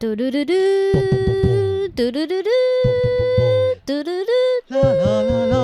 嘟嘟嘟嘟嘟嘟嘟嘟嘟嘟嘟啦啦啦啦。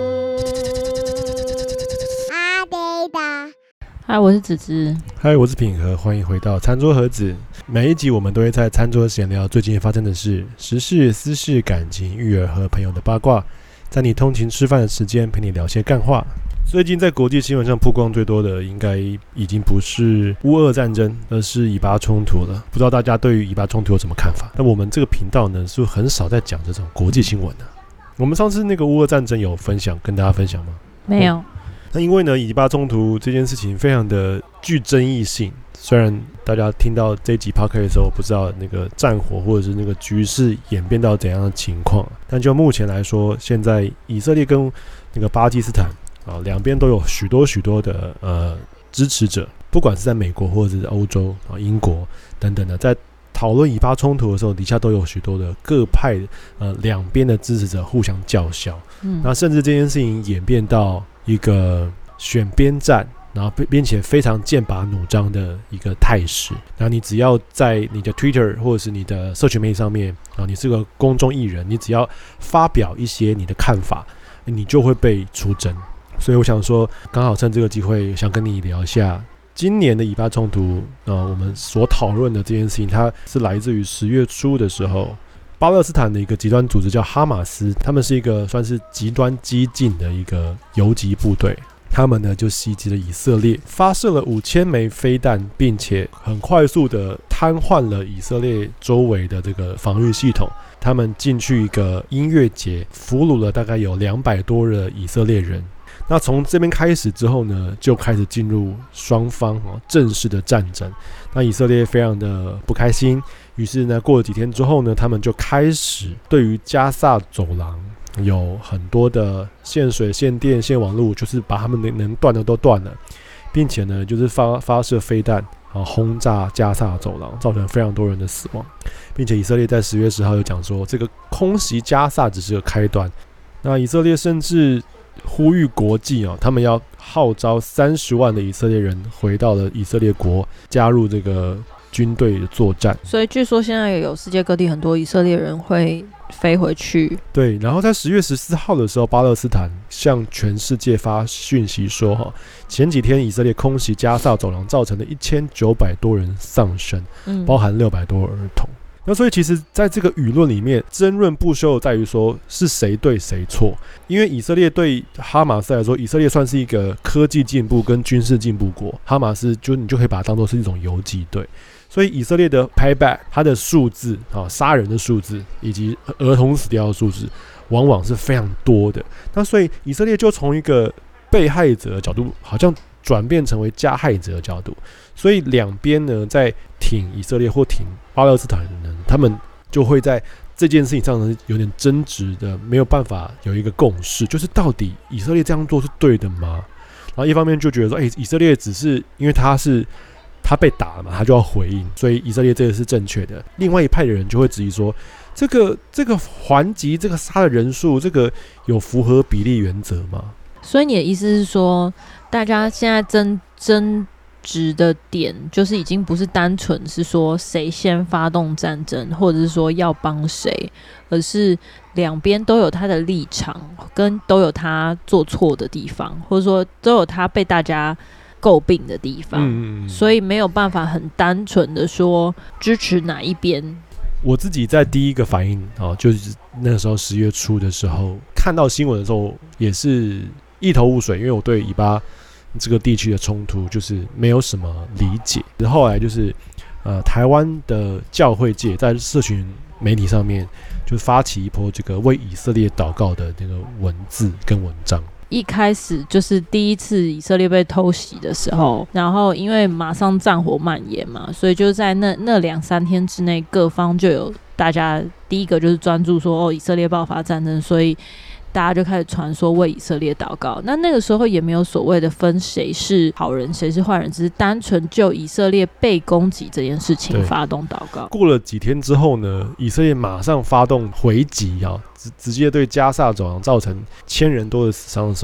阿呆的， 嗨，我是子子。 嗨，我是品和，欢迎回到餐桌盒子。每一集我们都会在餐桌闲聊最近发生的事、时事、私事、感情、育儿和朋友的八卦，在你通勤吃饭的时间陪你聊些干话。最近在国际新闻上曝光最多的，应该已经不是乌俄战争，而是以巴冲突了。不知道大家对于以巴冲突有什么看法？那我们这个频道呢，是很少在讲这种国际新闻的。我们上次那个乌俄战争有跟大家分享吗？ 没有。 那因为呢，以巴冲突这件事情非常的具争议性。虽然大家听到这一集 podcast 的时候，不知道那个战火或者是那个局势演变到怎样的情况，但就目前来说，现在以色列跟那个巴基斯坦两边都有许多的支持者，不管是在美国或者是欧洲英国等等的，在讨论以巴冲突的时候，底下都有许多的各派两边的支持者互相叫嚣，那甚至这件事情演变到一个选边站，然后并且非常剑拔弩张的一个态势。然后你只要在你的 Twitter 或者是你的社群媒体上面你是个公众艺人，你只要发表一些你的看法，你就会被出征。所以我想说，刚好趁这个机会，想跟你聊一下今年的以巴冲突。我们所讨论的这件事情，它是来自于10月初的时候，巴勒斯坦的一个极端组织叫哈马斯，他们是一个算是极端激进的一个游击部队。他们呢就袭击了以色列，发射了5000枚飞弹，并且很快速的瘫痪了以色列周围的这个防御系统。他们进去一个音乐节，俘虏了大概有200多的以色列人。那从这边开始之后呢，就开始进入双方正式的战争。那以色列非常的不开心，于是呢，过了几天之后呢，他们就开始对于加萨走廊有很多的限水、限电、限网路，就是把他们能断的都断了，并且呢，就是发射飞弹轰炸加萨走廊，造成非常多人的死亡。并且以色列在10月10号有讲说，这个空袭加萨只是个开端。那以色列甚至呼吁国际他们要号召30万的以色列人回到了以色列国，加入这个军队的作战。 所以据说现在有世界各地很多以色列人会飞回去。 对，然后在10月14号的时候，巴勒斯坦向全世界发讯息说，前几天以色列空袭加萨走廊，造成了1900多人丧生，包含600多儿童。那所以其实在这个舆论里面，争论不休在于说是谁对谁错。因为以色列对哈马斯来说，以色列算是一个科技进步跟军事进步国，哈马斯你就可以把它当作是一种游击队。所以以色列的 payback， 它的数字杀人的数字以及儿童死掉的数字，往往是非常多的。那所以以色列就从一个被害者的角度，好像转变成为加害者的角度。所以两边呢，在挺以色列或挺巴勒斯坦人，他们就会在这件事情上呢有点争执的，没有办法有一个共识，就是到底以色列这样做是对的吗？然后一方面就觉得说，以色列只是因为他被打了嘛，他就要回应，所以以色列这个是正确的。另外一派的人就会质疑说，这个还击这个杀的人数，这个有符合比例原则吗？ 所以你的意思是说，大家现在争执的点就是已经不是单纯是说谁先发动战争，或者是说要帮谁，而是两边都有他的立场，跟都有他做错的地方，或者说都有他被大家诟病的地方，所以没有办法很单纯的说支持哪一边。 我自己在第一个反应就是那个时候10月初的时候看到新闻的时候，也是一头雾水，因为我对以巴这个地区的冲突就是没有什么理解。后来就是台湾的教会界在社群媒体上面就发起一波这个为以色列祷告的那个文字跟文章。 一开始就是第一次以色列被偷袭的时候，然后因为马上战火蔓延嘛，所以就在那2-3天之内，各方就有大家第一个就是专注说以色列爆发战争，所以大家就开始传说为以色列祷告。那个时候也没有所谓的分谁是好人谁是坏人，只是单纯就以色列被攻击这件事情发动祷告。 过了几天之后呢，以色列马上发动回击直接对加萨走廊造成1000人多的死伤的时候，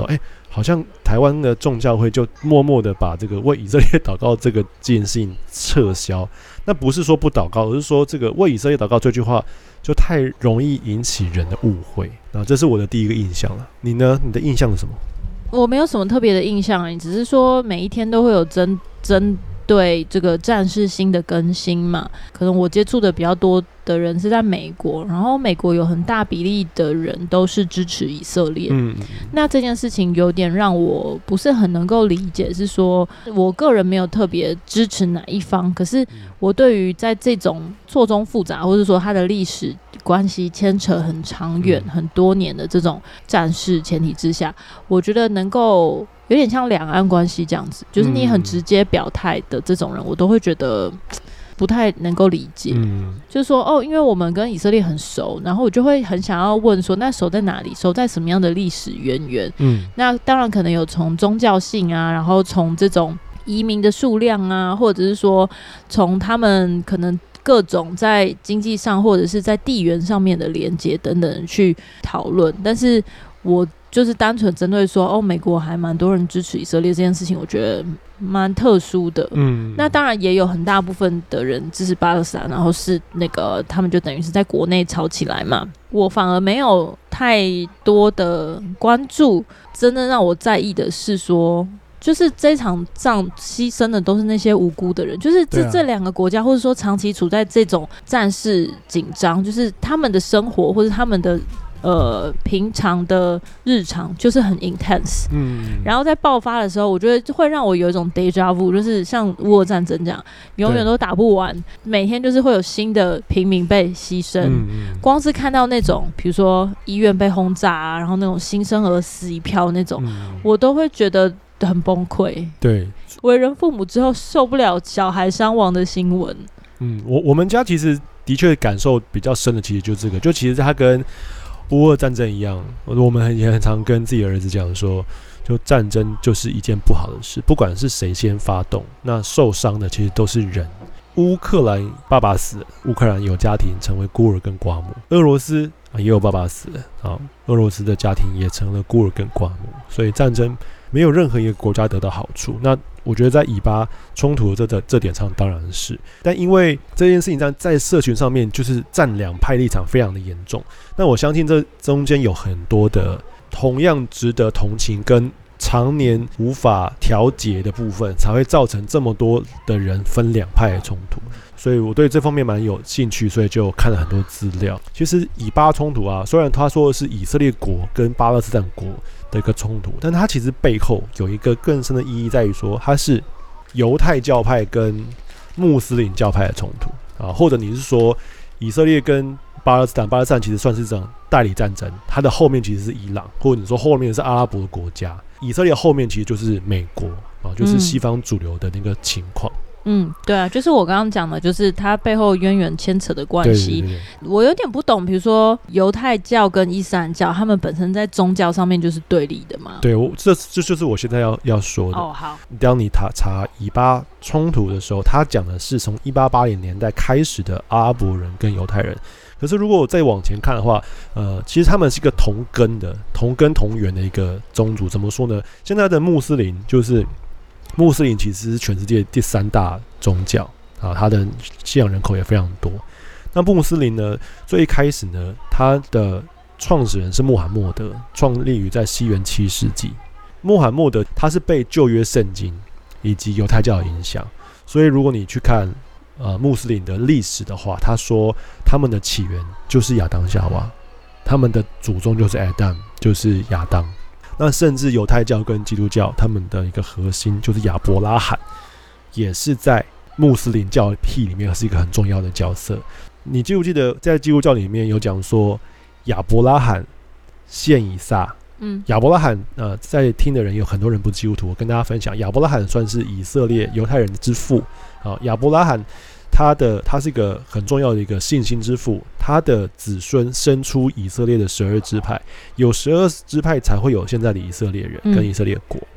好像台湾的众教会就默默的把这个为以色列祷告这件事情撤销。那不是说不祷告，而是说这个为以色列祷告这句话就太容易引起人的误会。那这是我的第一个印象了。你呢？你的印象是什么？ 我没有什么特别的印象，只是说每一天都会有针对这个战士新的更新嘛。可能我接触的比较多的人是在美国，然后美国有很大比例的人都是支持以色列。那这件事情有点让我不是很能够理解，是说我个人没有特别支持哪一方，可是我对于在这种错综复杂，或者说它的历史关系牵扯很长远、很多年的这种战事前提之下，我觉得能够有点像两岸关系这样子，就是你很直接表态的这种人，我都会觉得不太能够理解。就是说因为我们跟以色列很熟，然后我就会很想要问说，那熟在哪里？熟在什么样的历史渊源？那当然可能有从宗教性啊，然后从这种移民的数量啊，或者是说从他们可能各种在经济上或者是在地缘上面的连接等等去讨论。但是我就是单纯针对说美国还蛮多人支持以色列这件事情，我觉得蛮特殊的。那当然也有很大部分的人支持巴勒斯坦，然后是那个他们就等于是在国内吵起来嘛。我反而没有太多的关注，真的让我在意的是说，就是这场仗牺牲的都是那些无辜的人，就是这两个国家，或者说长期处在这种战事紧张，就是他们的生活或者他们的平常的日常就是很 intense。然后在爆发的时候，我觉得会让我有一种 deja vu， 就是像乌俄战争这样，永远都打不完，每天就是会有新的平民被牺牲。光是看到那种比如说医院被轰炸啊，然后那种新生儿死一票那种，我都会觉得很崩溃。 对， 为人父母之后受不了小孩伤亡的新闻。 我们家其实的确感受比较深的，其实就这个，就其实他跟乌俄战争一样，我们也很常跟自己的儿子讲说，就战争就是一件不好的事，不管是谁先发动，那受伤的其实都是人。乌克兰爸爸死了，乌克兰有家庭成为孤儿跟寡母；俄罗斯也有爸爸死了，俄罗斯的家庭也成了孤儿跟寡母。所以战争没有任何一个国家得到好处。那我觉得在以巴冲突的这点上当然是，但因为这件事情在社群上面就是站两派立场非常的严重，那我相信这中间有很多的同样值得同情跟常年无法调节的部分，才会造成这么多的人分两派的冲突。所以我对这方面蛮有兴趣，所以就看了很多资料。其实以巴冲突啊，虽然他说的是以色列国跟巴勒斯坦国的一个冲突，但它其实背后有一个更深的意义，在于说它是犹太教派跟穆斯林教派的冲突啊，或者你是说以色列跟巴勒斯坦其实算是这种代理战争，它的后面其实是伊朗，或者你说后面是阿拉伯的国家，以色列后面其实就是美国啊，就是西方主流的那个情况。 对啊，就是我刚刚讲的，就是它背后渊源牵扯的关系。对，我有点不懂，比如说犹太教跟伊斯兰教，他们本身在宗教上面就是对立的嘛？对， 这就是我现在要说的。 好。 当你查以巴冲突的时候，他讲的是从1880年代开始的阿拉伯人跟犹太人。可是如果我再往前看的话，其实他们是一个同根同源的一个宗族。怎么说呢？现在的穆斯林其实是全世界第3大宗教啊，它的信仰人口也非常多。那穆斯林呢，最开始呢，它的创始人是穆罕默德，创立于在西元7世纪。穆罕默德他是被旧约圣经以及犹太教的影响，所以如果你去看穆斯林的历史的话，他说他们的起源就是亚当夏娃，他们的祖宗就是 Adam， 就是亚当。那甚至犹太教跟基督教他们的一个核心就是亚伯拉罕，也是在穆斯林教义里面是一个很重要的角色。你记不记得在基督教里面有讲说亚伯拉罕献以撒？亚伯拉罕在听的人有很多人不是基督徒，我跟大家分享，亚伯拉罕算是以色列犹太人之父。亚伯拉罕他是一个很重要的一个信心之父，他的子孙生出以色列的12支派，有12支派才会有现在的以色列人跟以色列国。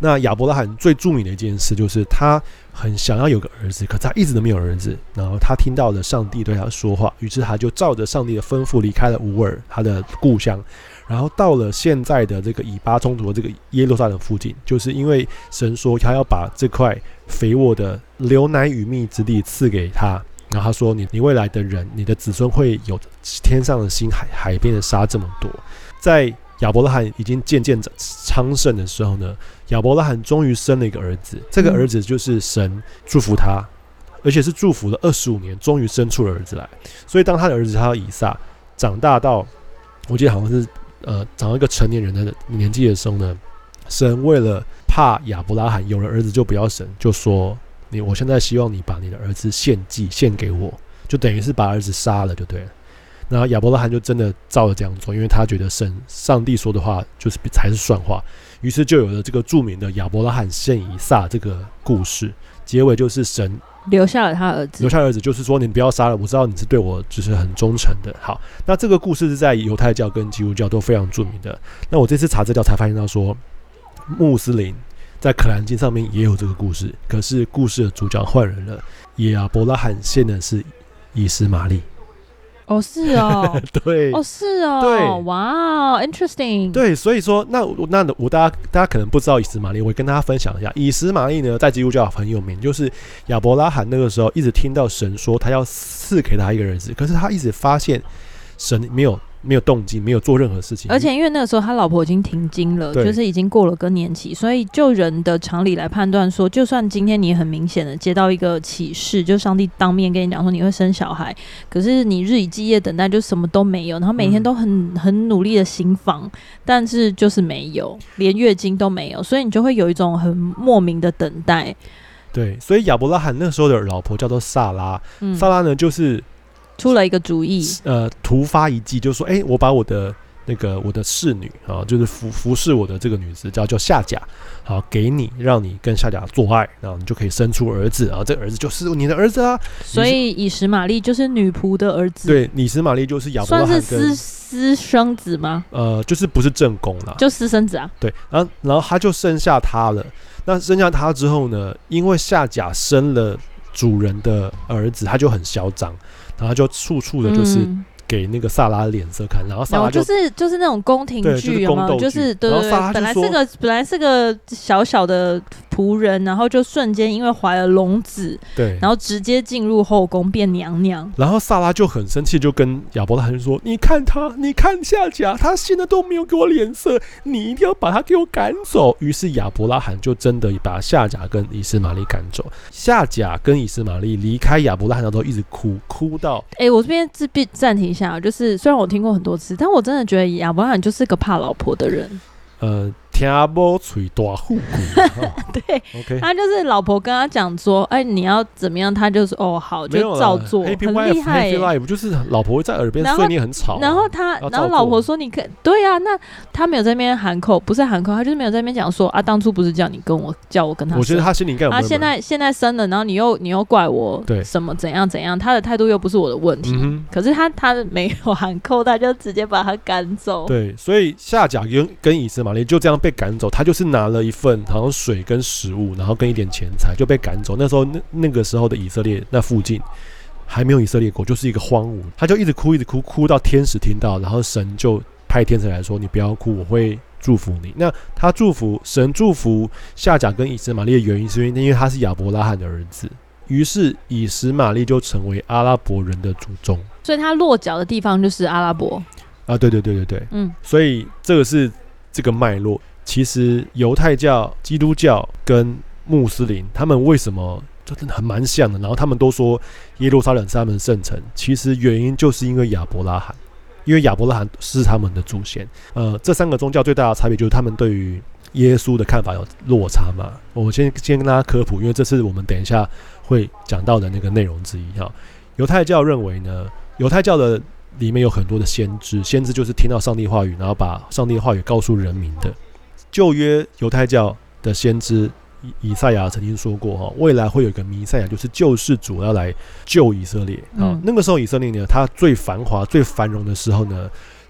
那亚伯拉罕最著名的一件事就是他很想要有个儿子，可是他一直都没有儿子。然后他听到了上帝对他说话，于是他就照着上帝的吩咐离开了乌尔他的故乡，然后到了现在的这个以巴冲突的这个耶路撒冷附近，就是因为神说他要把这块肥沃的流奶与蜜之地赐给他。然后他说你未来的人，你的子孙会有天上的星海边的沙这么多。在亚伯拉罕已经渐渐昌盛的时候呢，亚伯拉罕终于生了一个儿子，这个儿子就是神祝福他，而且是祝福了25年，终于生出了儿子来。所以当他的儿子他以撒长大到，我记得好像是长到一个成年人的年纪的时候呢，神为了怕亚伯拉罕有了儿子就不要生，就说我现在希望你把你的儿子献祭献给我，就等于是把儿子杀了就对了。然后亚伯拉罕就真的照了这样做，因为他觉得上帝说的话就是才是算话，于是就有了这个著名的亚伯拉罕献以撒这个故事。结尾就是神留下了他儿子， 就是说你不要杀了，我知道你是对我就是很忠诚的。好，那这个故事是在犹太教跟基督教都非常著名的。那我这次查资料才发现到说，穆斯林在可兰经上面也有这个故事，可是故事的主角换人了，亚伯拉罕献的是以实玛利。 哦，是哦， 对， 哦，是哦， 对， 哇 ，interesting， 对，所以说，那大家可能不知道以实玛利，我跟大家分享一下，以实玛利呢，在基督教很有名，就是亚伯拉罕那个时候一直听到神说他要赐给他一个儿子，可是他一直发现神没有动静，没有做任何事情。 而且因为那个时候他老婆已经停经了，就是已经过了更年期，所以就人的常理来判断说，就算今天你很明显的接到一个启示，就上帝当面跟你讲说你会生小孩，可是你日以继夜等待，就什么都没有，然后每天都很努力的行房，但是就是没有，连月经都没有，所以你就会有一种很莫名的等待。 对，所以亚伯拉罕那时候的老婆叫做撒拉，撒拉呢就是出了一个主意， 突发一计，就是说，我把我的侍女啊，就是服侍我的这个女子叫夏甲，好，给你，让你跟夏甲做爱，然后你就可以生出儿子，然后这个儿子就是你的儿子啊。 所以以实玛利就是女仆的儿子， 对，以实玛利就是亚伯拉罕跟算是私生子吗？ 就是不是正宫啦， 就私生子啊。 对，然后他就生下他了。那生下他之后呢，因为夏甲生了主人的儿子，他就很嚣张。然后就处处的就是给那个萨拉脸色看，然后萨拉就是那种宫廷剧，有没有？就是对，本来是个小小的仆人，然后就瞬间因为怀了龙子， 对， 然后直接进入后宫变娘娘。 然后萨拉就很生气，就跟亚伯拉罕说：“你看他，你看夏甲，他现在都没有给我脸色，你一定要把他给我赶走。”于是亚伯拉罕就真的把夏甲跟以实玛利赶走。夏甲跟以实玛利离开亚伯拉罕的时候，一直哭到。 我这边暂停一下，就是虽然我听过很多次，但我真的觉得亚伯拉罕就是个怕老婆的人。 听无嘴大虎骨， 对 ，OK， 他就是老婆跟他讲说，你要怎么样，他就是好，就照做，很厉害。 Happy Life 就是老婆会在耳边碎念很吵， 然后老婆说你可对啊，那他没有在那边喊口，不是喊口，他就是没有在那边讲说当初不是叫我跟他生， 我觉得他心里应该有现在生了，然后你又怪我什么怎样怎样，他的态度又不是我的问题，可是他没有喊扣，他就直接把他赶走。 对，所以夏甲跟以实玛利就这样被赶走，他就是拿了一份好像水跟食物，然后跟一点钱财就被赶走。那时候那个时候的以色列那附近还没有以色列国，就是一个荒芜。他就一直哭到天使听到，然后神就派天使来说：“你不要哭，我会祝福你。”那神祝福夏甲跟以实玛利的原因，是因为他是亚伯拉罕的儿子。于是以实玛利就成为阿拉伯人的祖宗， 所以他落脚的地方就是阿拉伯啊。对，所以这个是这个脉络。其实犹太教、基督教跟穆斯林，他们为什么就真的蛮像的？然后他们都说耶路撒冷是他们的圣城，其实原因就是因为亚伯拉罕，因为亚伯拉罕是他们的祖先。这三个宗教最大的差别就是他们对于耶稣的看法有落差嘛。我先跟大家科普，因为这是我们等一下会讲到的那个内容之一。犹太教认为呢，犹太教的里面有很多的先知就是听到上帝话语，然后把上帝的话语告诉人民的。旧约犹太教的先知以赛亚曾经说过，未来会有一个弥赛亚，就是救世主要来救以色列。那个时候以色列呢，它最繁华最繁荣的时候呢，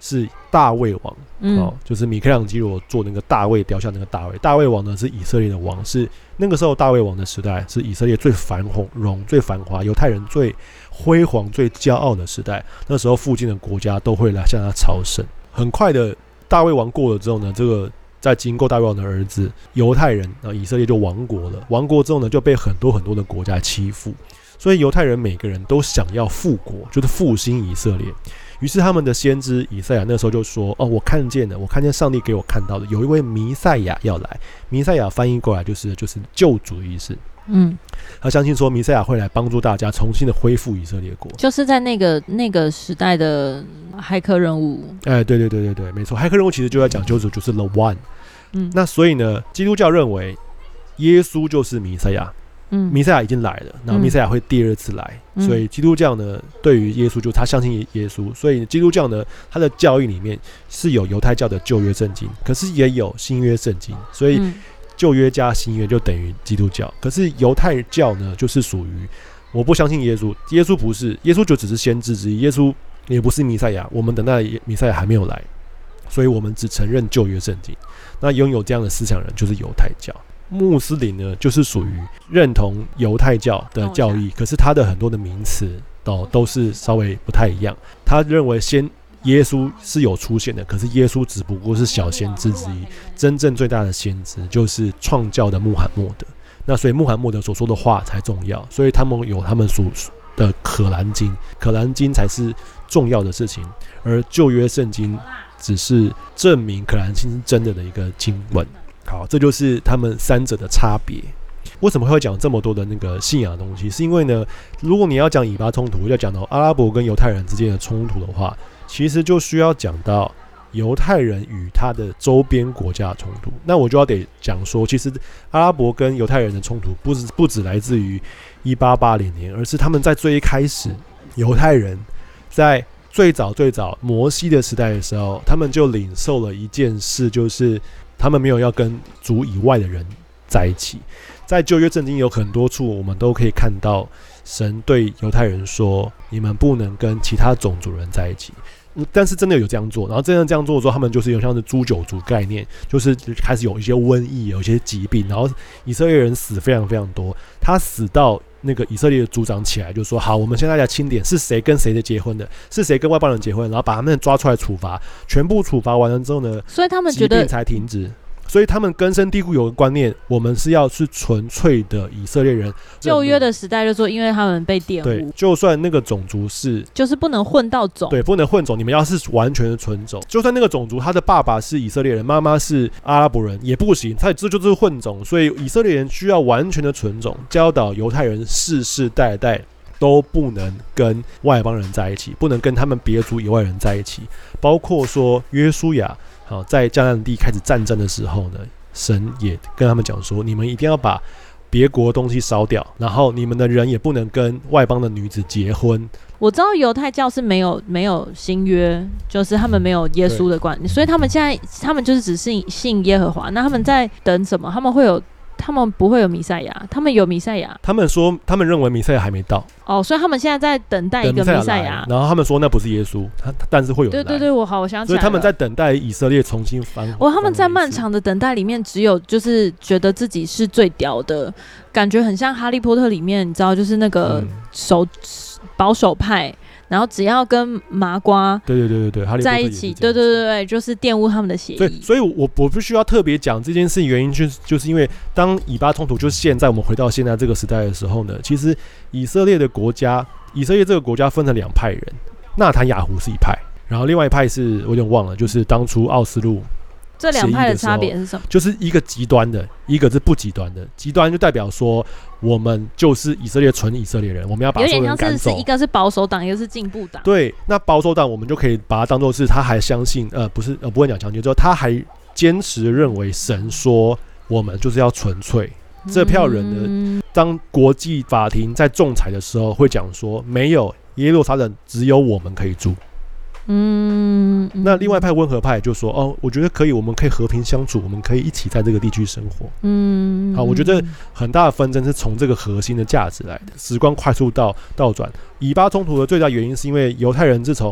是大卫王，就是米开朗基罗做那个大卫雕像那个大卫。大卫王呢是以色列的王，是那个时候大卫王的时代，是以色列最繁荣、最繁华、犹太人最辉煌、最骄傲的时代。那时候附近的国家都会来向他朝圣。很快的，大卫王过了之后呢，这个在经过大卫王的儿子犹太人，以色列就亡国了。亡国之后呢，就被很多的国家欺负，所以犹太人每个人都想要复国，就是复兴以色列。于是他们的先知以赛亚那时候就说：“我看见上帝给我看到的，有一位弥赛亚要来。弥赛亚翻译过来就是救主的意思。他相信说弥赛亚会来帮助大家重新的恢复以色列国， 就是在那个时代的骇客任务。 对，没错，骇客任务其实就在讲救主就是 The One。那所以呢，基督教认为耶稣就是弥赛亚。弥赛亚已经来了，然后弥赛亚会第二次来，所以基督教呢对于耶稣就他相信耶稣，所以基督教呢他的教义里面是有犹太教的旧约圣经，可是也有新约圣经，所以旧约加新约就等于基督教。可是犹太教呢就是属于我不相信耶稣，耶稣不是，耶稣就只是先知之一，耶稣也不是弥赛亚，我们等待的弥赛亚还没有来，所以我们只承认旧约圣经。那拥有这样的思想人就是犹太教。穆斯林呢，就是属于认同犹太教的教义，可是他的很多的名词都是稍微不太一样。他认为耶稣是有出现的，可是耶稣只不过是小先知之一，真正最大的先知就是创教的穆罕默德。那所以穆罕默德所说的话才重要，所以他们有他们所的可兰经，可兰经才是重要的事情，而旧约圣经只是证明可兰经是真的一个经文。好，这就是他们三者的差别。为什么会讲这么多的那个信仰的东西？是因为呢，如果你要讲以巴冲突，要讲到阿拉伯跟犹太人之间的冲突的话，其实就需要讲到犹太人与他的周边国家的冲突。那我就得讲说，其实阿拉伯跟犹太人的冲突不只来自于1880年，而是他们在最一开始，犹太人在最早摩西的时代的时候，他们就领受了一件事，就是他们没有要跟族以外的人在一起。在旧约圣经有很多处，我们都可以看到神对犹太人说：“你们不能跟其他种族人在一起。”但是真的有这样做，然后真的这样做的时候，他们就是有像是诛九族概念，就是开始有一些瘟疫，有一些疾病，然后以色列人死非常非常多。他死到那个以色列的族长起来就说：“好，我们现在来清点是谁跟谁的结婚的，是谁跟外邦人结婚，然后把他们抓出来处罚，全部处罚完了之后呢， 所以他们觉得疾病才停止。”所以他们根深蒂固有个观念，我们是纯粹的以色列人。 旧约的时代就说，因为他们被玷污， 对，就算那个种族就是不能混到种， 对，不能混种。你们要是完全的纯种，就算那个种族他的爸爸是以色列人，妈妈是阿拉伯人也不行，他这就是混种。所以以色列人需要完全的纯种，教导犹太人世世代代都不能跟外邦人在一起，不能跟他们别族以外人在一起。包括说约书亚在迦南地开始战争的时候呢，神也跟他们讲说，你们一定要把别国的东西烧掉，然后你们的人也不能跟外邦的女子结婚。 我知道犹太教是没有新约，就是他们没有耶稣的观念，所以他们就是只信耶和华。那他们在等什么？他们不会有弥赛亚，他们有弥赛亚。 他们说，他们认为弥赛亚还没到。 所以他们现在在等待一个弥赛亚。然后他们说那不是耶稣，但是会有人来。 对，我想起来了。 所以他们在等待以色列重新翻。 他们在漫长的等待里面，只有就是觉得自己是最屌的，感觉很像哈利波特里面，你知道，就是那个保守派。然后只要跟麻瓜对在一起，对，就是玷污他们的协议。 所以我必须要特别讲这件事情，原因就是因为当以巴冲突，就是现在我们回到现在这个时代的时候呢，其实以色列这个国家分成两派人，纳坦雅胡是一派，然后另外一派是我有点忘了，就是当初奥斯陆。 这两派的差别是什么？ 就是一个极端的，一个是不极端的。极端就代表说，我们就是以色列纯以色列人，我们要把所有人赶走。 是一个是保守党，一个是进步党。 对，那保守党我们就可以把它当作是他还相信，不会讲强权，之后他还坚持认为神说我们就是要纯粹。这票人呢，当国际法庭在仲裁的时候会讲说，没有耶路撒冷，只有我们可以住。那另外一派温和派就说，我觉得可以，我们可以和平相处，我们可以一起在这个地区生活。好，我觉得很大的纷争是从这个核心的价值来的。时光快速倒转，以巴冲突的最大原因是因为犹太人自从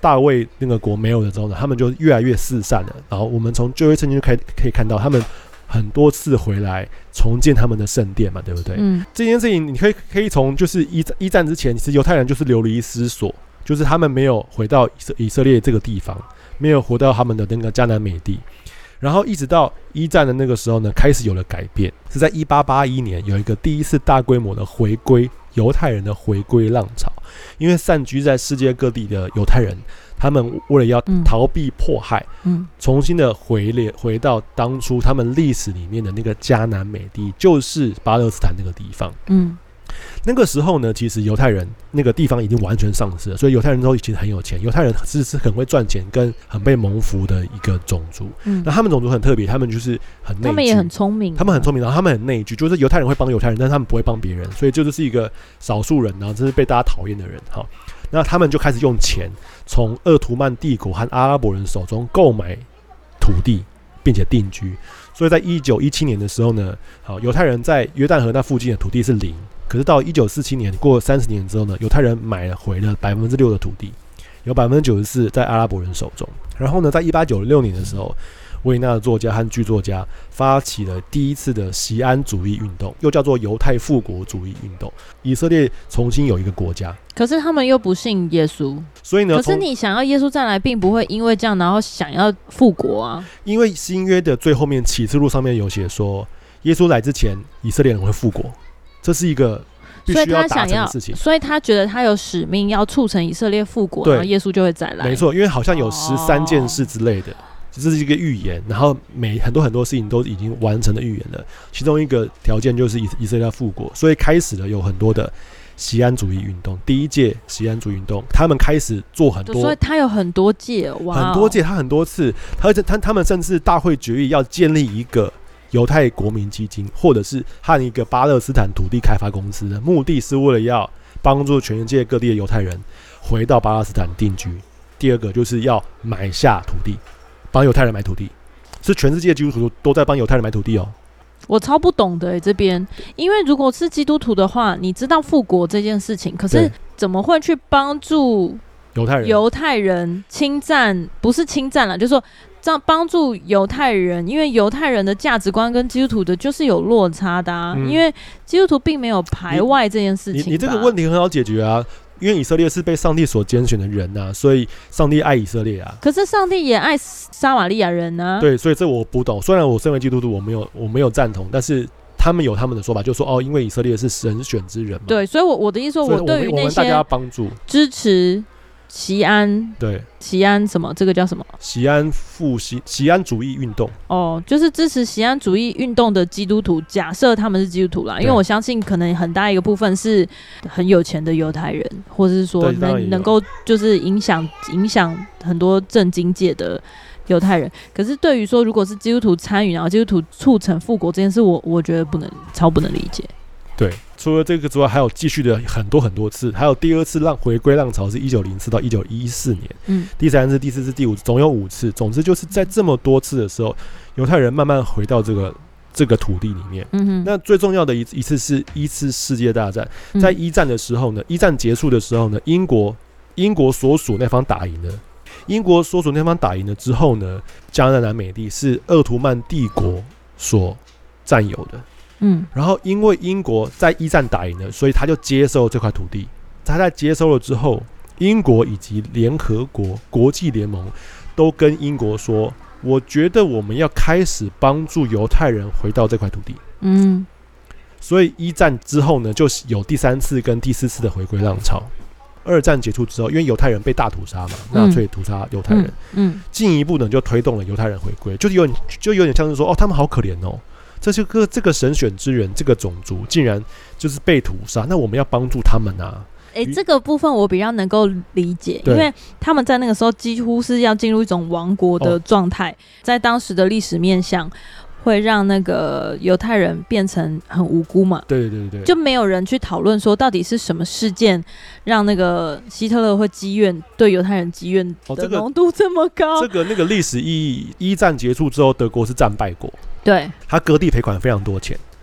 大卫那个国没有了之后呢，他们就越来越四散了。然后我们从旧约圣经就可以看到，他们很多次回来重建他们的圣殿嘛，对不对？这件事情你可以从就是一战之前，其实犹太人就是流离失所，就是他们没有回到以色列这个地方，没有回到他们的那个迦南美地。然后一直到一战的那个时候呢，开始有了改变，是在1881年有一个第一次大规模的回归，犹太人的回归浪潮。因为散居在世界各地的犹太人，他们为了要逃避迫害，重新的回到当初他们历史里面的那个迦南美地，就是巴勒斯坦那个地方。那个时候呢，其实犹太人那个地方已经完全丧失了，所以犹太人都其实很有钱，犹太人是很会赚钱跟很被蒙福的一个种族。那他们种族很特别，他们就是很内居， 他们也很聪明， 他们很聪明，然后他们很内居，就是犹太人会帮犹太人，但是他们不会帮别人，所以这就是一个少数人，然后这是被大家讨厌的人。好，那他们就开始用钱从鄂图曼帝国和阿拉伯人手中购买土地，并且定居。所以在1917年的时候呢，好，犹太人在约旦河那附近的土地是0。可是到1947年，过了30年之后呢，犹太人买回了6%的土地，有94%在阿拉伯人手中。然后呢，在1896年的时候，维也纳的作家和剧作家发起了第一次的锡安主义运动，又叫做犹太复国主义运动。以色列重新有一个国家， 可是他们又不信耶稣， 所以呢， 可是你想要耶稣再来，并不会因为这样然后想要复国啊。因为新约的最后面启示录上面有写说，耶稣来之前，以色列人会复国。这是一个必须要达成的事情， 所以他觉得他有使命要促成以色列复国，然后耶稣就会再来。 没错，因为好像有13件事之类的，这是一个预言，然后很多事情都已经完成的预言了。其中一个条件就是以色列要复国，所以开始了有很多的锡安主义运动。第一届锡安主义运动，他们开始做很多， 所以他有很多届，哇， 很多届，他很多次，他们甚至大会决议要建立一个犹太国民基金，或者是和一个巴勒斯坦土地开发公司的目的是为了要帮助全世界各地的犹太人回到巴勒斯坦定居。第二个就是要买下土地，帮犹太人买土地，是全世界基督徒都在帮犹太人买土地哦。 我超不懂的这边，因为如果是基督徒的话，你知道复国这件事情，可是怎么会去帮助犹太人侵占？不是侵占啦，就是说这样帮助犹太人，因为犹太人的价值观跟基督徒的就是有落差的啊。因为基督徒并没有排外这件事情。 你这个问题很好解决啊，因为以色列是被上帝所拣选的人啊，所以上帝爱以色列啊。 可是上帝也爱撒玛利亚人啊。 对，所以这我不懂。虽然我身为基督徒，我没有赞同，但是他们有他们的说法，就是说因为以色列是神选之人嘛。 对，所以我的意思说，我对于那些大家帮助支持锡安， 对， 锡安什么？这个叫什么？ 锡安主义运动。 就是支持锡安主义运动的基督徒，假设他们是基督徒啦，因为我相信可能很大一个部分是很有钱的犹太人，或者是说能够就是影响很多政经界的犹太人。可是对于说如果是基督徒参与，然后基督徒促成复国这件事，我觉得超不能理解。 对，除了这个之外，还有继续的很多次，还有第二次回归浪潮是1904到1914年，第三次、第四次、第五次，总有5次。总之就是在这么多次的时候，犹太人慢慢回到这个土地里面。那最重要的一次是一次世界大战，在一战的时候呢，一战结束的时候呢，英国所属那方打赢了。英国所属那方打赢了之后呢，迦南美地是鄂图曼帝国所占有的。然后因为英国在一战打赢了，所以他就接收这块土地。他在接收了之后，英国以及联合国、国际联盟都跟英国说，我觉得我们要开始帮助犹太人回到这块土地。所以一战之后呢，就有第3次跟第4次的回归浪潮。2战结束之后，因为犹太人被大屠杀嘛，纳粹屠杀犹太人，进一步呢就推动了犹太人回归，就有点像是说，他们好可怜哦。这个神选之人，这个种族竟然就是被屠杀，那我们要帮助他们啊！ 这个部分我比较能够理解，因为他们在那个时候几乎是要进入一种亡国的状态，在当时的历史面向，会让那个犹太人变成很无辜嘛。 对， 就没有人去讨论说到底是什么事件让那个希特勒会积怨，对犹太人积怨的浓度这么高。 那个历史意义，一战结束之后，德国是战败国。 对， 他割地赔款非常多钱，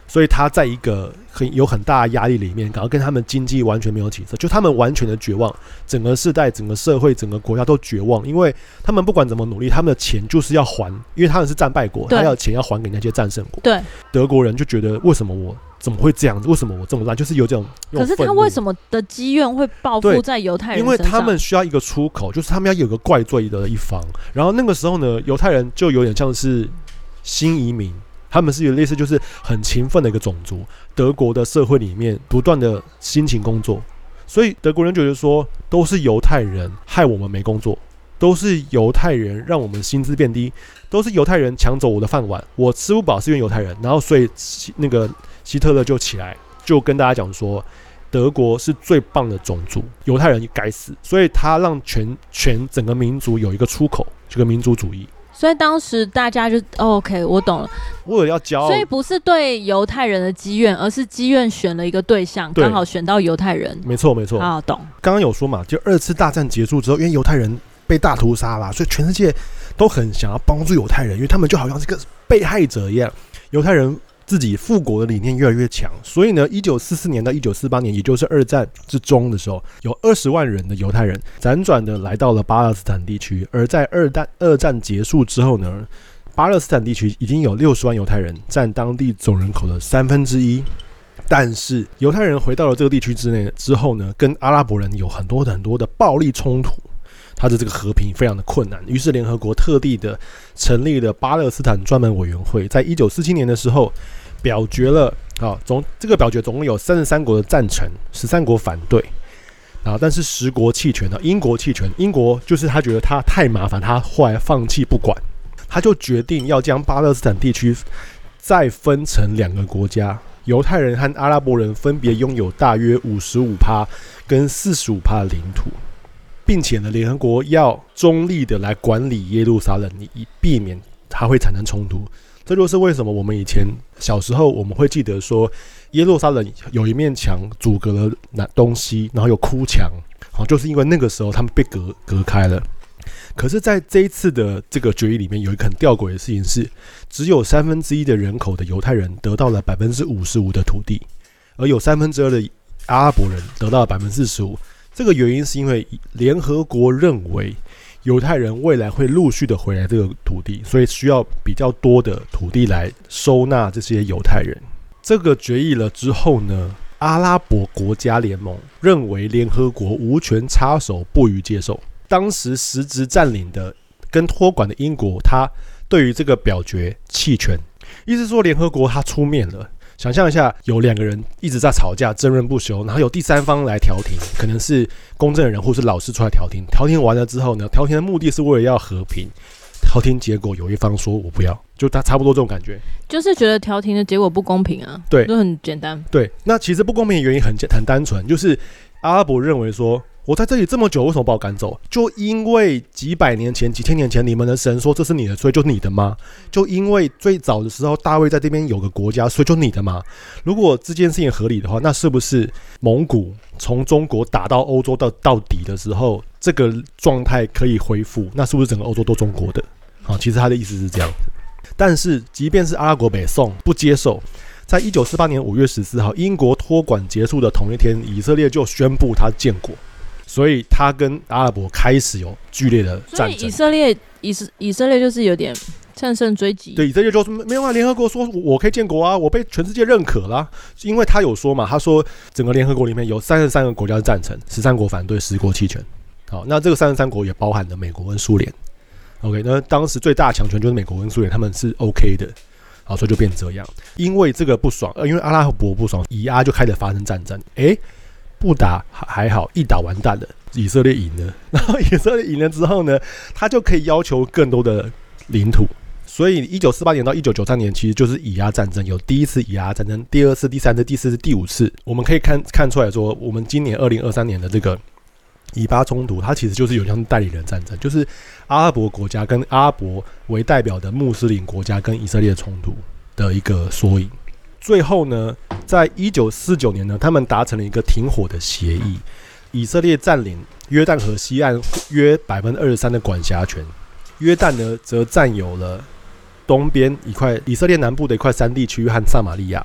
所以他在一个有很大的压力里面，然后跟他们经济完全没有起色，就他们完全的绝望，整个世代、整个社会、整个国家都绝望，因为他们不管怎么努力，他们的钱就是要还，因为他们是战败国，他要钱要还给那些战胜国。 对， 德国人就觉得为什么我怎么会这样子？为什么我这么烂？就是有这种可是他为什么的积怨会报复在犹太人身上？ 因为他们需要一个出口，就是他们要有个怪罪的一方。然后那个时候呢，犹太人就有点像是新移民。他们是有类似就是很勤奋的一个种族，德国的社会里面不断的辛勤工作，所以德国人觉得说都是犹太人害我们没工作，都是犹太人让我们薪资变低，都是犹太人抢走我的饭碗，我吃不饱是因为犹太人。然后所以那个希特勒就起来就跟大家讲说，德国是最棒的种族，犹太人该死，所以他让全整个民族有一个出口，这个民族主义。 所以当时大家就、OK， 我懂了。 为了要骄傲， 所以不是对犹太人的积怨，而是积怨选了一个对象，刚好选到犹太人。 没错没错。 好，懂。 刚刚有说嘛，就2次大战结束之后，因为犹太人被大屠杀啦，所以全世界都很想要帮助犹太人，因为他们就好像是个被害者一样。犹太人自己复国的理念越来越强，所以呢，1944年到1948年，也就是2战之中的时候，有20万人的犹太人辗转的来到了巴勒斯坦地区。而在二战结束之后呢，巴勒斯坦地区已经有60万犹太人，占当地总人口的1/3。但是犹太人回到了这个地区之后呢，跟阿拉伯人有很多的暴力冲突，他的这个和平非常的困难。于是联合国特地的成立了巴勒斯坦专门委员会，在1947年的时候表决了这个表决总共有33国的赞成，13国反对但是10国弃权英国弃权。英国就是他觉得他太麻烦，他后来放弃不管，他就决定要将巴勒斯坦地区再分成2个国家，犹太人和阿拉伯人分别拥有大约 55% 跟 45% 的领土，并且呢，联合国要中立的来管理耶路撒冷，以避免它会产生冲突。这就是为什么我们以前小时候我们会记得说，耶路撒冷有一面墙阻隔了东西，然后有哭墙，就是因为那个时候他们被隔开了。可是在这一次的这个决议里面，有一个很吊诡的事情是，只有1/3的人口的犹太人得到了 55% 的土地，而有2/3的阿拉伯人得到了 45%。这个原因是因为联合国认为犹太人未来会陆续的回来这个土地，所以需要比较多的土地来收纳这些犹太人。这个决议了之后呢，阿拉伯国家联盟认为联合国无权插手，不予接受。当时实质占领的跟托管的英国，他对于这个表决弃权，意思说联合国他出面了。想象一下，有2个人一直在吵架，争论不休，然后有第三方来调停，可能是公证人或是老师出来调停。调停完了之后呢，调停的目的是为了要和平。调停结果有一方说我不要，就他差不多这种感觉， 就是觉得调停的结果不公平啊。 对， 就很简单。 对，那其实不公平的原因很单纯，就是阿拉伯认为说，我在这里这么久，为什么把我赶走？就因为几百年前、几千年前，你们的神说这是你的，所以就你的吗？就因为最早的时候大卫在这边有个国家，所以就你的吗？如果这件事情合理的话，那是不是蒙古从中国打到欧洲到底的时候，这个状态可以恢复？那是不是整个欧洲都中国的？其实他的意思是这样子。但是即便是阿拉伯北宋不接受，在1948年5月14号，英国托管结束的同一天，以色列就宣布他建国。所以他跟阿拉伯开始有剧烈的战争。 所以以色列就是有点乘胜追击。 对，以色列就说没有啊，联合国说我可以建国啊，我被全世界认可啦。因为他有说嘛，他说整个联合国里面有33个国家是赞成，13国反对，10国弃权。好，那这个33国也包含了美国跟苏联。OK， 那当时最大的强权就是美国跟苏联，他们是 OK 的。好，所以就变这样。因为这个不爽，因为阿拉伯不爽，以阿就开始发生战争。不打还好，一打完蛋了，以色列赢了。然后以色列赢了之后呢，他就可以要求更多的领土。所以1948年到1993年其实就是以阿战争，有第一次以阿战争，第2次、第3次、第4次、第5次。我们可以看出来说，我们今年2023年的这个以巴冲突，它其实就是有像代理人战争，就是阿拉伯国家跟阿拉伯为代表的穆斯林国家跟以色列冲突的一个缩影。最后呢，在1949年呢，他们达成了一个停火的协议，以色列占领约旦河西岸约 23% 的管辖权，约旦呢则占有了东边一块以色列南部的一块山地区和撒玛利亚，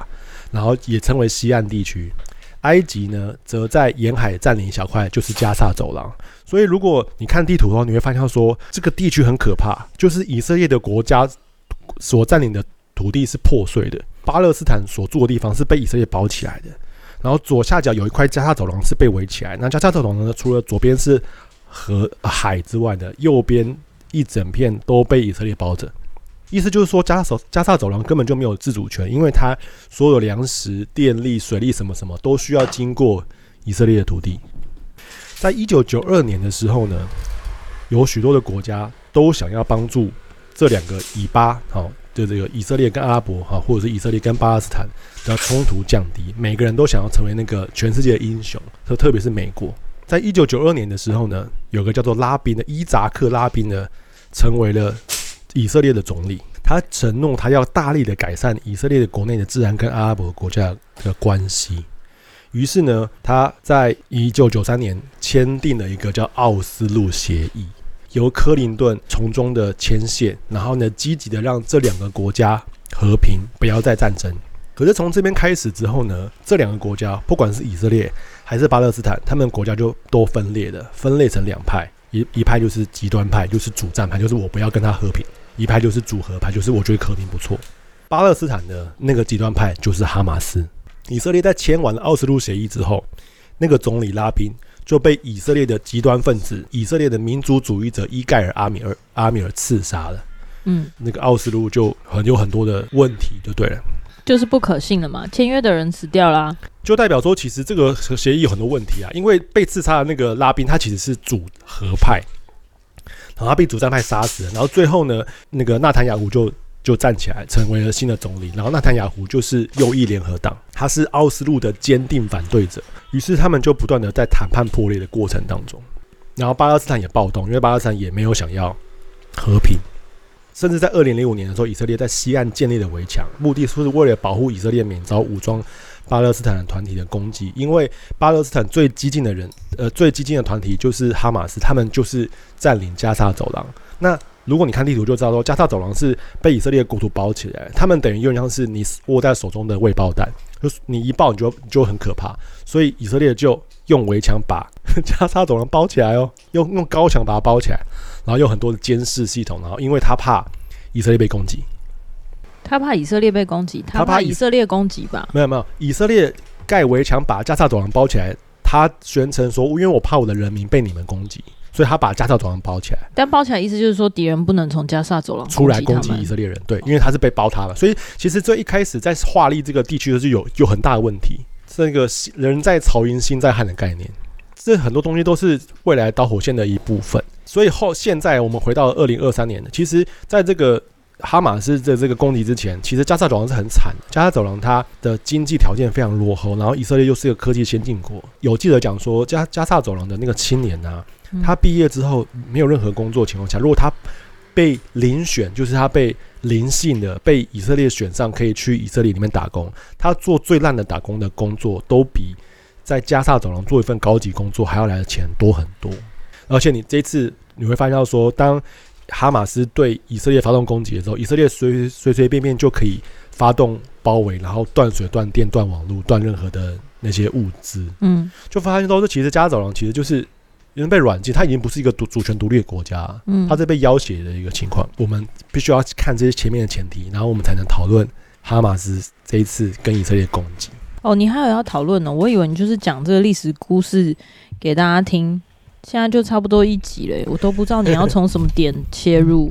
然后也称为西岸地区。埃及呢，则在沿海占领一小块，就是加萨走廊。所以，如果你看地图的话，你会发现说，这个地区很可怕，就是以色列的国家所占领的土地是破碎的，巴勒斯坦所住的地方是被以色列包起来的。然后左下角有一块加萨走廊是被围起来，那加萨走廊呢，除了左边是海之外的，右边一整片都被以色列包着。意思就是说，加萨走廊根本就没有自主权，因为它所有粮食、电力、水利什么什么都需要经过以色列的土地。在1992年的时候呢，有许多的国家都想要帮助这两个以巴，就这个以色列跟阿拉伯，或者是以色列跟巴勒斯坦的冲突降低，每个人都想要成为那个全世界的英雄，特别是美国。在1992年的时候呢，有个叫做拉宾的伊扎克·拉宾呢，成为了以色列的总理。他承诺他要大力的改善以色列的国内的治安跟阿拉伯国家的关系。于是呢，他在1993年签订了一个叫奥斯陆协议，由克林顿从中的牵线，然后呢，积极的让这两个国家和平，不要再战争。可是从这边开始之后呢，这两个国家，不管是以色列还是巴勒斯坦，他们国家就都分裂了，分裂成两派，一派就是极端派，就是主战派，就是我不要跟他和平；一派就是主和派，就是我觉得和平不错。巴勒斯坦的那个极端派就是哈马斯。以色列在签完了奥斯陆协议之后，那个总理拉宾就被以色列的极端分子、以色列的民族主义者伊盖尔·阿米尔刺杀了。那个奥斯陆就有很多的问题，就对了。 就是不可信了嘛，签约的人死掉啦， 就代表说其实这个协议有很多问题啊。因为被刺杀的那个拉宾他其实是主和派，然后他被主战派杀死了，然后最后呢，那个纳坦雅胡就站起来成为了新的总理，然后纳坦雅胡就是右翼联合党，他是奥斯陆的坚定反对者，于是他们就不断的在谈判破裂的过程当中，然后巴勒斯坦也暴动，因为巴勒斯坦也没有想要和平。甚至在2005年的时候，以色列在西岸建立了围墙，目的是为了保护以色列免遭武装巴勒斯坦的团体的攻击。因为巴勒斯坦最激进的团体就是哈马斯，他们就是占领加萨走廊。那如果你看地图就知道说，加萨走廊是被以色列国土包起来，他们等于有点像是你握在手中的未爆弹，就是你一爆你就很可怕。所以以色列就用围墙把加萨走廊包起来哦，用高墙把它包起来。然后有很多的监视系统，然后因为他怕以色列被攻击， 他怕以色列被攻击，他怕以色列攻击吧？ 没有，以色列盖围墙把加萨走廊包起来，他宣称说，因为我怕我的人民被你们攻击，所以他把加萨走廊包起来。 但包起来意思就是说，敌人不能从加萨走廊出来攻击以色列人，对，因为他是被包他了。所以其实最一开始在划立这个地区就是有很大的问题，这个人在曹营心在汉的概念，这很多东西都是未来导火线的一部分。所以现在我们回到2023年，其实在这个哈马斯的这个攻击之前，其实加萨走廊是很惨的。加萨走廊它的经济条件非常落后，然后以色列又是一个科技先进国。有记者讲说，加萨走廊的那个青年啊，他毕业之后没有任何工作的情况下，如果他被遴选，就是他被灵性的被以色列选上，可以去以色列里面打工，他做最烂的打工的工作，都比在加萨走廊做一份高级工作还要来的钱多很多。而且你这一次你会发现到说，当哈马斯对以色列发动攻击的时候，以色列随便就可以发动包围，然后断水、断电、断网络、断任何的那些物资。就发现到说，其实加萨走廊其实就是有人被软禁，它已经不是一个主权独立的国家，它是被要挟的一个情况。我们必须要看这些前面的前提，然后我们才能讨论哈马斯这一次跟以色列攻击。 哦，你还有要讨论呢？我以为你就是讲这个历史故事给大家听。现在就差不多一集了，我都不知道你要从什么点切入。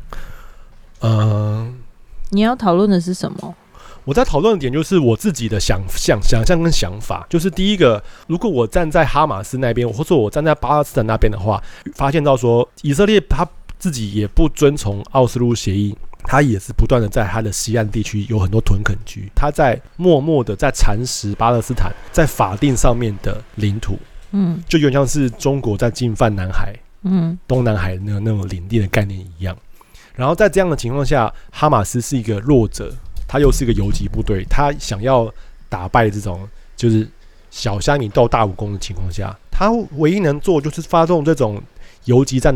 你要讨论的是什么？ 我在讨论的点就是我自己的想象跟想法。就是第一个，如果我站在哈马斯那边，或者我站在巴勒斯坦那边的话，发现到说以色列他自己也不遵从奥斯陆协议，他也是不断的在他的西岸地区有很多屯垦区，他在默默的在蚕食巴勒斯坦在法定上面的领土。就有点像是中国在进犯南海、东南海那种领地的概念一样。然后在这样的情况下，哈马斯是一个弱者，他又是一个游击部队，他想要打败这种就是小虾米斗大武功的情况下，他唯一能做就是发动这种游击战的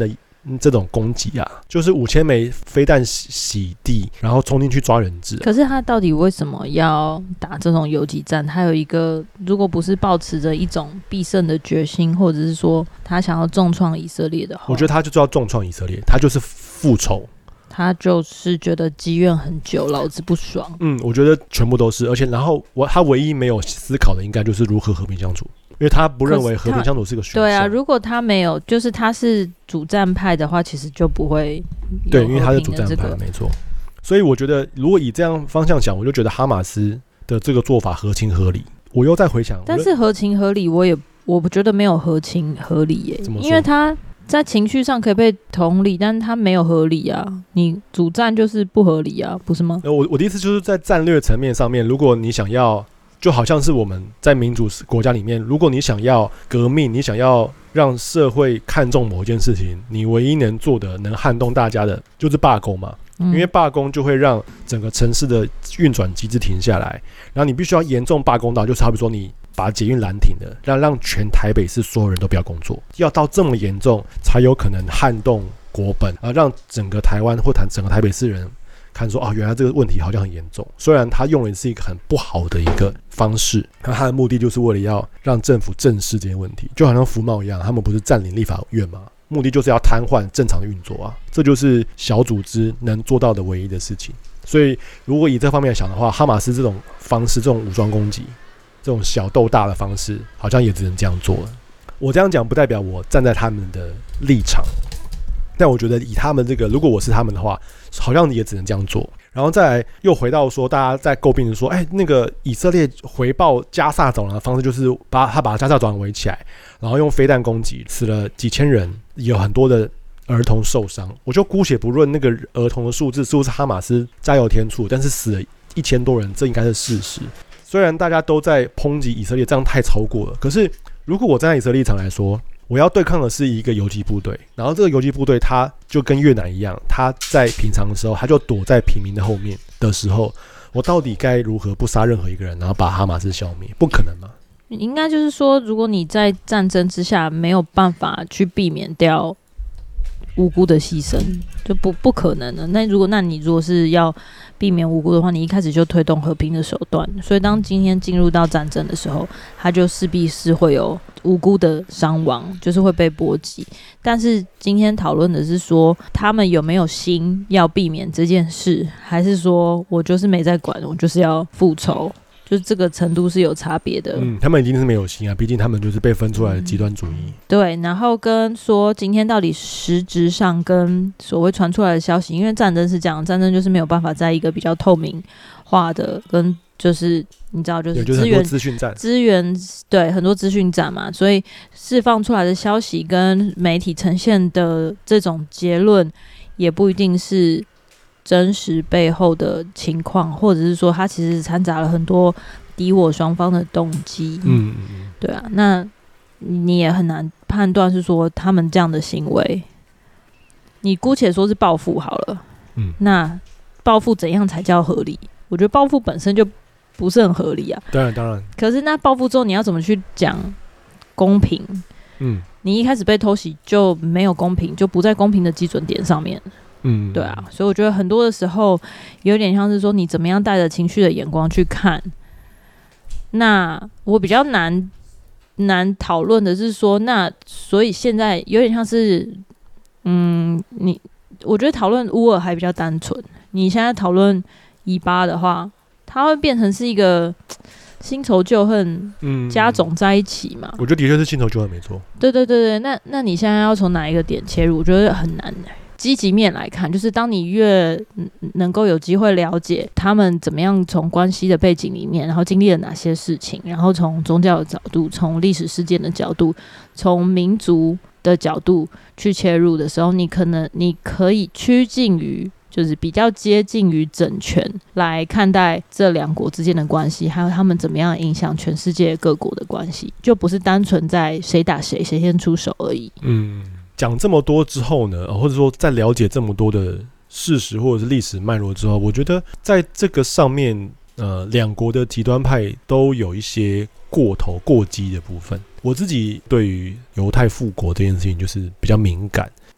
这种攻击啊，就是5000枚飞弹洗地，然后冲进去抓人质。 可是他到底为什么要打这种游击战？他有一个，如果不是抱持着一种必胜的决心，或者是说他想要重创以色列的话， 我觉得他就是要重创以色列，他就是复仇。 他就是觉得积怨很久，老子不爽。 我觉得全部都是，而且然后他唯一没有思考的应该就是如何和平相处，因为他不认为和平相处是个选项。 对啊，如果他没有，就是他是主战派的话，其实就不会有对，因为他是主和平的战派，没错。所以我觉得，如果以这样方向想，我就觉得哈马斯的这个做法合情合理。我又再回想， 但是合情合理，我不觉得没有合情合理耶，因为他在情绪上可以被同理，但是他没有合理啊。你主战就是不合理啊，不是吗？ 我的意思就是在战略层面上面，如果你想要，就好像是我们在民主国家里面，如果你想要革命，你想要让社会看重某一件事情，你唯一能做的、能撼动大家的，就是罢工嘛。因为罢工就会让整个城市的运转机制停下来，然后你必须要严重罢工到，就是好比说你把捷运拦停了，让全台北市所有人都不要工作，要到这么严重才有可能撼动国本，让整个台湾或整个台北市人看说原来这个问题好像很严重。虽然他用的是一个很不好的一个方式，那他的目的就是为了要让政府正视这些问题，就好像服贸一样，他们不是占领立法院吗？目的就是要瘫痪正常的运作啊，这就是小组织能做到的唯一的事情。所以如果以这方面来想的话，哈马斯这种方式，这种武装攻击，这种小斗大的方式，好像也只能这样做了。我这样讲不代表我站在他们的立场，但我觉得以他们这个，如果我是他们的话，好像也只能这样做。然后再来又回到说，大家在诟病的说，那个以色列回报加萨走廊的方式就是把加萨走廊围起来，然后用飞弹攻击，死了几千人，有很多的儿童受伤。我就姑且不论那个儿童的数字是不是哈马斯加油添醋，但是死了1000多人，这应该是事实。虽然大家都在抨击以色列，这样太超过了，可是如果我站在以色列立场来说，我要对抗的是一个游击部队，然后这个游击部队它就跟越南一样，它在平常的时候它就躲在平民的后面的时候，我到底该如何不杀任何一个人，然后把哈马斯消灭？不可能嘛。 应该就是说，如果你在战争之下没有办法去避免掉无辜的牺牲，就不可能的。那你如果是要避免无辜的话，你一开始就推动和平的手段。所以当今天进入到战争的时候，它就势必是会有无辜的伤亡，就是会被波及。但是今天讨论的是说，他们有没有心要避免这件事，还是说我就是没在管，我就是要复仇？就是这个程度是有差别的。 他们已经是没有心啊，毕竟他们就是被分出来的极端主义。 对，然后跟说今天到底实质上跟所谓传出来的消息，因为战争是这样，战争就是没有办法在一个比较透明化的跟就是你知道就是资源对很多资讯战嘛，所以释放出来的消息跟媒体呈现的这种结论也不一定是真实背后的情况，或者是说它其实掺杂了很多敌我双方的动机。对啊，那你也很难判断是说他们这样的行为，你姑且说是报复好了。那报复怎样才叫合理？我觉得报复本身就不是很合理啊。 当然。可是那报复之后你要怎么去讲公平？你一开始被偷袭就没有公平，就不在公平的基准点上面。对啊，所以我觉得很多的时候有点像是说你怎么样带着情绪的眼光去看。那我比较难讨论的是说，那所以现在有点像是我觉得讨论乌尔还比较单纯，你现在讨论以巴的话，它会变成是一个新仇旧恨加总在一起嘛。 我觉得的确是新仇旧恨没错。 对，那你现在要从哪一个点切入？我觉得很难积极面来看，就是当你越能够有机会了解他们怎么样从关系的背景里面，然后经历了哪些事情，然后从宗教的角度，从历史事件的角度，从民族的角度去切入的时候，你可以趋近于就是比较接近于整全来看待这两国之间的关系，还有他们怎么样影响全世界各国的关系，就不是单纯在谁打谁谁先出手而已。 讲这么多之后呢，或者说在了解这么多的事实或者是历史脉络之后，我觉得在这个上面，两国的极端派都有一些过头过激的部分。我自己对于犹太复国这件事情就是比较敏感。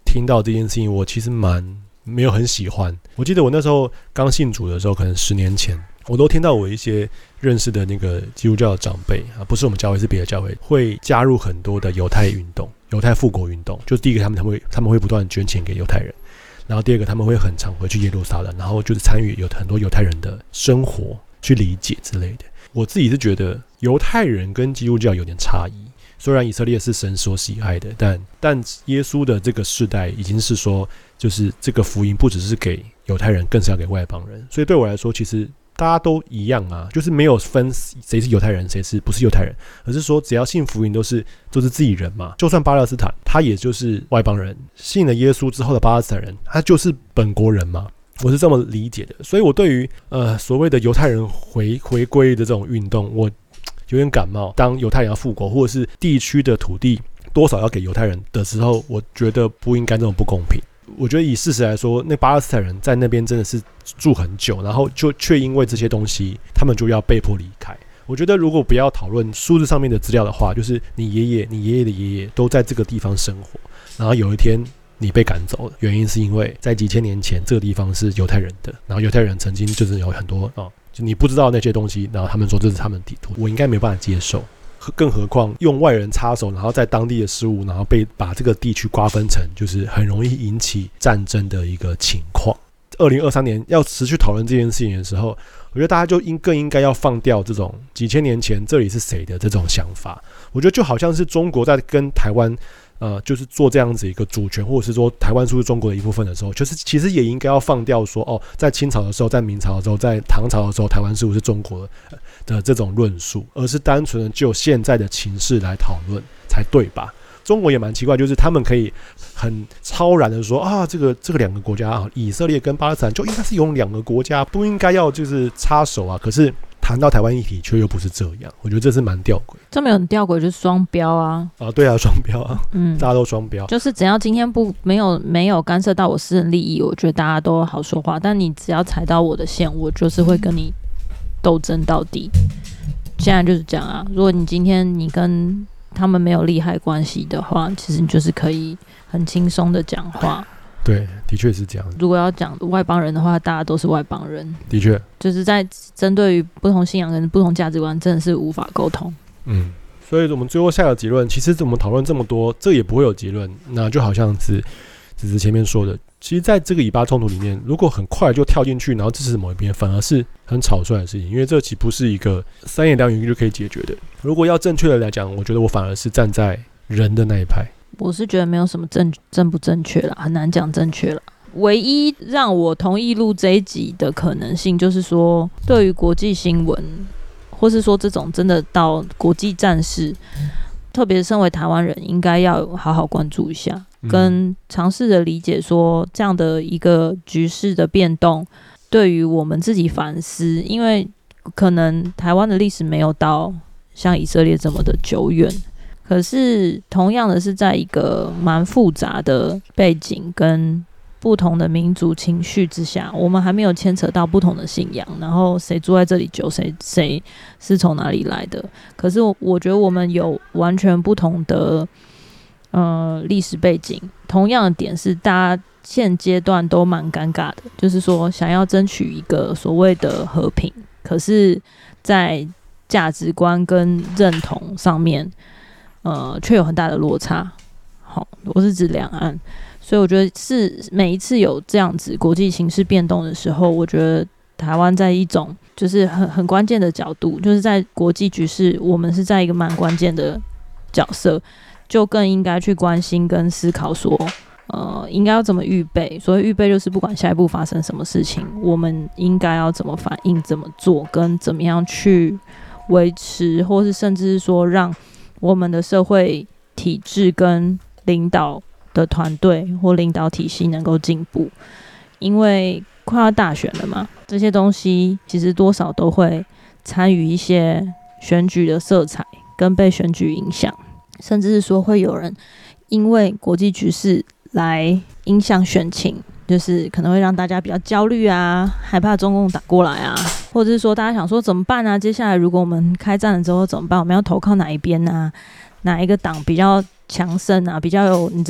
听到这件事情，我其实没有很喜欢。我记得我那时候刚信主的时候，可能10年前，我都听到我一些认识的那个基督教的长辈啊，不是我们教会，是别的教会，会加入很多的犹太运动、犹太复国运动。就第一个，他们会不断捐钱给犹太人，然后第二个，他们会很常回去耶路撒冷，然后就是参与有很多犹太人的生活，去理解之类的。我自己是觉得犹太人跟基督教有点差异。虽然以色列是神所喜爱的，但耶稣的这个世代已经是说，就是这个福音不只是给犹太人，更是要给外邦人。所以对我来说，其实大家都一样啊，就是没有分谁是犹太人，谁是不是犹太人，而是说只要信福音都是自己人嘛。就算巴勒斯坦，他也就是外邦人，信了耶稣之后的巴勒斯坦人，他就是本国人嘛。我是这么理解的。所以我对于所谓的犹太人回归的这种运动，我有点感冒。当犹太人要复国，或者是地区的土地多少要给犹太人的时候，我觉得不应该这种不公平。我觉得以事实来说，那巴勒斯坦人在那边真的是住很久，然后却因为这些东西，他们就要被迫离开。我觉得如果不要讨论数字上面的资料的话，就是你爷爷的爷爷都在这个地方生活，然后有一天你被赶走了，原因是因为在几千年前这个地方是犹太人的，然后犹太人曾经就是有很多就你不知道那些东西，然后他们说这是他们的地图，我应该没办法接受。更何况用外人插手，然后在当地的事务，然后把这个地区瓜分成就是很容易引起战争的一个情况。2023年要持续讨论这件事情的时候，我觉得大家就更应该要放掉这种几千年前这里是谁的这种想法。我觉得就好像是中国在跟台湾就是做这样子一个主权，或者是说台湾是不是中国的一部分的时候，就是其实也应该要放掉说在清朝的时候，在明朝的时候，在唐朝的时候，台湾是不是中国的这种论述，而是单纯的就现在的情势来讨论才对吧？中国也蛮奇怪，就是他们可以很超然的说这个两个国家以色列跟巴勒斯坦就应该是有两个国家，不应该要就是插手啊。可是谈到台湾议题却又不是这样，我觉得这是蛮吊诡。 这没有很吊诡，就是双标啊！ 对啊，双标啊，大家都双标。 就是只要今天没有干涉到我私人利益，我觉得大家都好说话。但你只要踩到我的线，我就是会跟你斗争到底。现在就是这样啊！如果你今天你跟他们没有利害关系的话，其实你就是可以很轻松的讲话。 对，的确是这样。 如果要讲外邦人的话，大家都是外邦人。 的确， 就是在针对于不同信仰跟不同价值观，真的是无法沟通。 所以我们最后下个结论，其实我们讨论这么多，这也不会有结论。那就好像子前面说的，其实在这个以巴冲突里面，如果很快就跳进去，然后支持某一边，反而是很草率的事情，因为这岂不是一个3言2语就可以解决的。如果要正确的来讲，我觉得我反而是站在人的那一派。 我是觉得没有什么正不正确啦，很难讲正确啦。唯一让我同意录这一集的可能性，就是说对于国际新闻，或是说这种真的到国际战事，特别身为台湾人，应该要好好关注一下，跟尝试着理解说这样的一个局势的变动，对于我们自己反思，因为可能台湾的历史没有到像以色列这么的久远。可是同样的是在一个蛮复杂的背景跟不同的民族情绪之下，我们还没有牵扯到不同的信仰，然后谁住在这里久，谁是从哪里来的。可是我觉得我们有完全不同的历史背景，同样的点是大家现阶段都蛮尴尬的，就是说想要争取一个所谓的和平，可是在价值观跟认同上面却有很大的落差。好，我是指两岸，所以我觉得是每一次有这样子国际形势变动的时候，我觉得台湾在一种就是很关键的角度，就是在国际局势，我们是在一个蛮关键的角色，就更应该去关心跟思考说，应该要怎么预备。所谓预备，就是不管下一步发生什么事情，我们应该要怎么反应、怎么做，跟怎么样去维持，或是甚至是说让我们的社会体制跟领导的团队或领导体系能够进步。因为快要大选了嘛，这些东西其实多少都会参与一些选举的色彩跟被选举影响，甚至是说会有人因为国际局势来影响选情，就是可能会让大家比较焦虑啊，害怕中共打过来啊，或者是说大家想说怎么办啊，接下来如果我们开战了之后怎么办，我们要投靠哪一边啊，哪一个党比较强盛啊，比较有你知道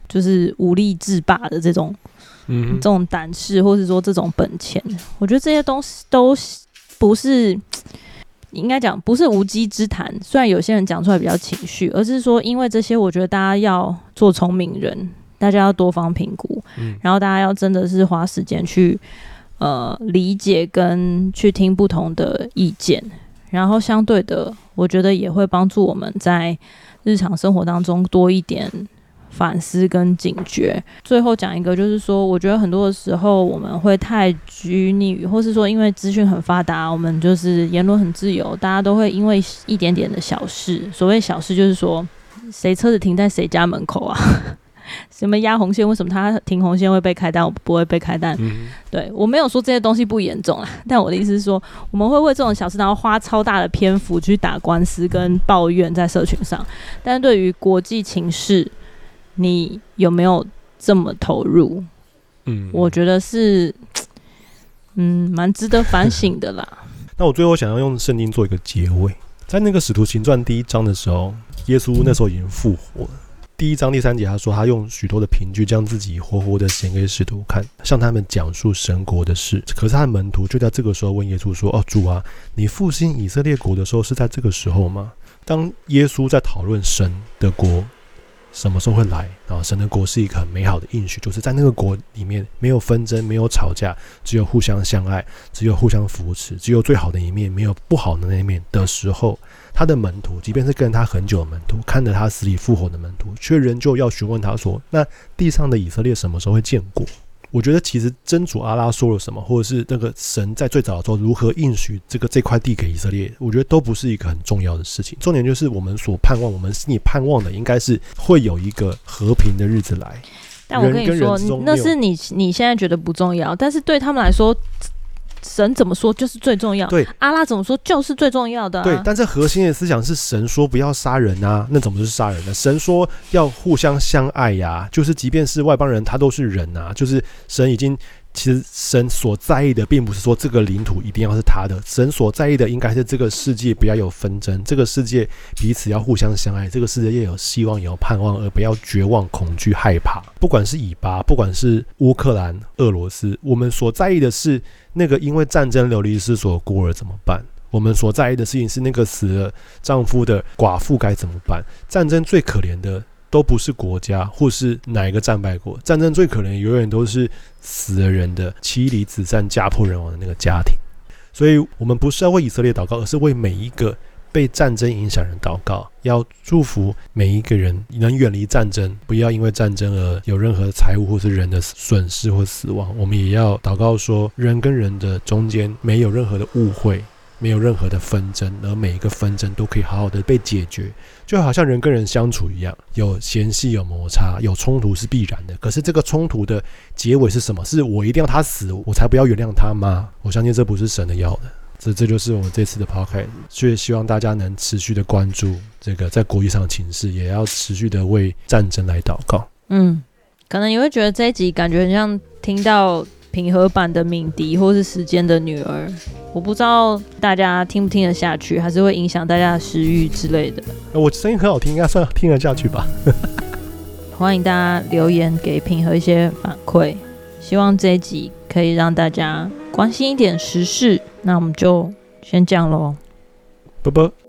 就是武力制霸的这种胆识，或是说这种本钱，我觉得这些东西都不是，应该讲不是无稽之谈。虽然有些人讲出来比较情绪，而是说因为这些，我觉得大家要做聪明人，大家要多方评估，然后大家要真的是花时间去理解跟去听不同的意见，然后相对的，我觉得也会帮助我们在日常生活当中多一点反思跟警觉。最后讲一个，就是说我觉得很多的时候我们会太拘泥于，或是说因为资讯很发达，我们就是言论很自由，大家都会因为一点点的小事，所谓小事就是说谁车子停在谁家门口啊什么压红线，为什么他停红线会被开单，我不会被开单？对，我没有说这些东西不严重啊，但我的意思是说，我们会为这种小事，然后花超大的篇幅去打官司跟抱怨在社群上。但是对于国际情势，你有没有这么投入？我觉得是，蛮值得反省的啦。 那我最后想要用圣经做一个结尾，在那个使徒行传第1章的时候，耶稣那时候已经复活了。第1章第3节他说，他用许多的凭据将自己活活的显给使徒看，向他们讲述神国的事。可是他的门徒就在这个时候问耶稣说，主啊，你复兴以色列国的时候是在这个时候吗？当耶稣在讨论神的国什么时候会来，然后神的国是一个很美好的应许，就是在那个国里面没有纷争，没有吵架，只有互相相爱，只有互相扶持，只有最好的一面，没有不好的那一面的时候，他的门徒，即便是跟他很久的门徒，看着他死里复活的门徒，却仍旧要询问他说，那地上的以色列什么时候会建国？我觉得其实真主阿拉说了什么，或者是那个神在最早的时候如何应许这块地给以色列，我觉得都不是一个很重要的事情。重点就是我们所盼望，我们心里盼望的应该是会有一个和平的日子来。 但我跟你说，那是你现在觉得不重要，但是对他们来说，神怎么说就是最重要， 对， 阿拉怎么说就是最重要的、啊。 对，但是核心的思想是神说不要杀人啊，那怎么是杀人呢？神说要互相相爱呀、就是即便是外邦人，他都是人啊，就是神已经。其实神所在意的并不是说这个领土一定要是他的，神所在意的应该是这个世界不要有纷争，这个世界彼此要互相相爱，这个世界要有希望有盼望，而不要绝望恐惧害怕。不管是以巴，不管是乌克兰俄罗斯，我们所在意的是那个因为战争流离失所的孤儿怎么办，我们所在意的事情是那个死了丈夫的寡妇该怎么办。战争最可怜的都不是国家或是哪一个战败国，战争最可怜永远都是死了人的妻离子散家破人亡的那个家庭。所以我们不是要为以色列祷告，而是为每一个被战争影响人祷告，要祝福每一个人能远离战争，不要因为战争而有任何的财物或是人的损失或死亡。我们也要祷告说，人跟人的中间没有任何的误会，没有任何的纷争，而每一个纷争都可以好好的被解决，就好像人跟人相处一样，有嫌隙，有摩擦，有冲突是必然的。可是这个冲突的结尾是什么？是我一定要他死，我才不要原谅他吗？我相信这不是神的要的。这就是我们这次的 podcast， 所以希望大家能持续的关注这个在国际上的情势，也要持续的为战争来祷告。 可能你会觉得这一集感觉很像听到品和版的敏迪或是时间的女儿，我不知道大家听不听得下去，还是会影响大家的食欲之类的。 我声音很好听，应该算听得下去吧。 欢迎大家留言给品和一些反馈，希望这一集可以让大家关心一点时事。那我们就先这样咯， 啵啵。